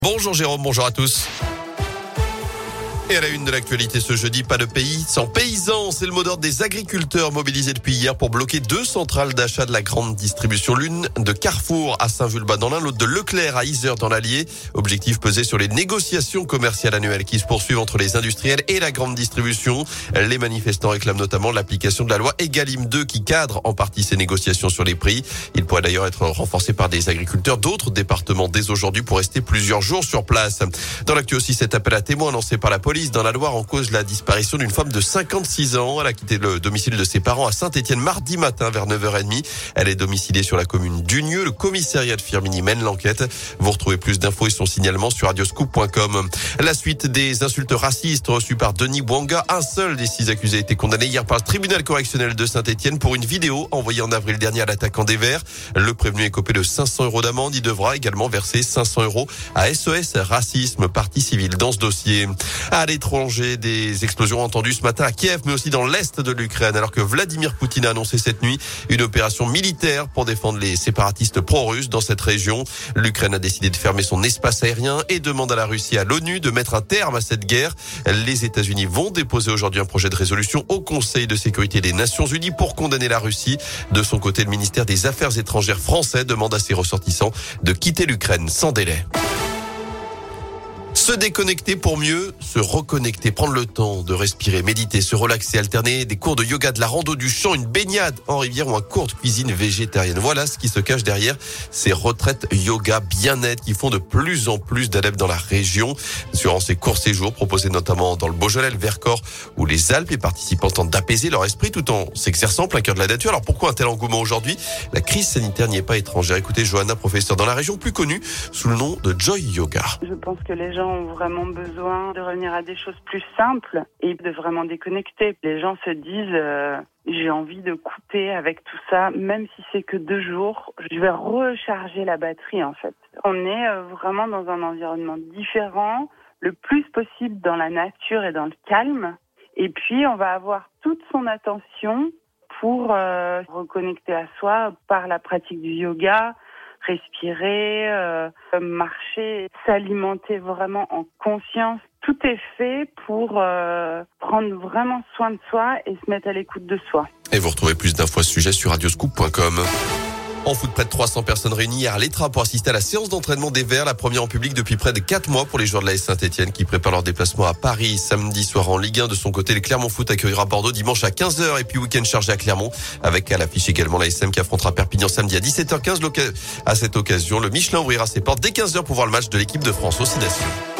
Bonjour Jérôme, bonjour à tous. Et à la une de l'actualité ce jeudi, pas de pays sans paysans. C'est le mot d'ordre des agriculteurs mobilisés depuis hier pour bloquer 2 centrales d'achat de la grande distribution. L'une de Carrefour à Saint-Vulbas dans l'Ain, l'autre de Leclerc à Yzeure dans l'Allier. Objectif pesé sur les négociations commerciales annuelles qui se poursuivent entre les industriels et la grande distribution. Les manifestants réclament notamment l'application de la loi Egalim 2 qui cadre en partie ces négociations sur les prix. Il pourrait d'ailleurs être renforcé par des agriculteurs d'autres départements dès aujourd'hui pour rester plusieurs jours sur place. Dans l'actu aussi, cet appel à témoins lancé par la police dans la Loire en cause la disparition d'une femme de 56 ans. Elle a quitté le domicile de ses parents à Saint-Étienne mardi matin vers 9h30. Elle est domiciliée sur la commune d'Unieux. Le commissariat de Firminy mène l'enquête. Vous retrouvez plus d'infos et son signalement sur radioscoop.com. La suite des insultes racistes reçues par Denis Bouanga. Un seul des 6 accusés a été condamné hier par le tribunal correctionnel de Saint-Étienne pour une vidéo envoyée en avril dernier à l'attaquant des Verts. Le prévenu est copé de 500 € d'amende. Il devra également verser 500 € à SOS Racisme, partie civile dans ce dossier. À l'étranger, des explosions entendues ce matin à Kiev, mais aussi dans l'est de l'Ukraine, alors que Vladimir Poutine a annoncé cette nuit une opération militaire pour défendre les séparatistes pro-russes dans cette région. L'Ukraine a décidé de fermer son espace aérien et demande à la Russie et à l'ONU de mettre un terme à cette guerre. Les États-Unis vont déposer aujourd'hui un projet de résolution au Conseil de sécurité des Nations Unies pour condamner la Russie. De son côté, le ministère des Affaires étrangères français demande à ses ressortissants de quitter l'Ukraine sans délai. Se déconnecter pour mieux se reconnecter, prendre le temps de respirer, méditer, se relaxer, alterner des cours de yoga, de la rando, du chant, une baignade en rivière ou un cours de cuisine végétarienne. Voilà ce qui se cache derrière ces retraites yoga bien-être qui font de plus en plus d'adeptes dans la région. Durant ces courts séjours proposés notamment dans le Beaujolais, le Vercors ou les Alpes, les participants tentent d'apaiser leur esprit tout en s'exerçant en plein cœur de la nature. Alors pourquoi un tel engouement aujourd'hui? La crise sanitaire n'y est pas étrangère. Écoutez Johanna, professeure dans la région, plus connue sous le nom de Joy Yoga. Je pense que les gens ont vraiment besoin de revenir à des choses plus simples et de vraiment déconnecter. Les gens se disent j'ai envie de couper avec tout ça, même si c'est que 2 jours, je vais recharger la batterie en fait. On est vraiment dans un environnement différent, le plus possible dans la nature et dans le calme. Et puis on va avoir toute son attention pour reconnecter à soi par la pratique du yoga, respirer, marcher, s'alimenter vraiment en conscience. Tout est fait pour prendre vraiment soin de soi et se mettre à l'écoute de soi. Et vous retrouvez plus d'infos à ce sujet sur radioscoop.com. En foot, près de 300 personnes réunies hier à l'Étra pour assister à la séance d'entraînement des Verts, la première en public depuis près de 4 mois pour les joueurs de l'AS Saint-Étienne qui préparent leur déplacement à Paris samedi soir en Ligue 1. De son côté, le Clermont Foot accueillera Bordeaux dimanche à 15h et puis week-end chargé à Clermont avec à l'affiche également l'ASM qui affrontera Perpignan samedi à 17h15. À cette occasion, le Michelin ouvrira ses portes dès 15h pour voir le match de l'équipe de France aux 6 Nations.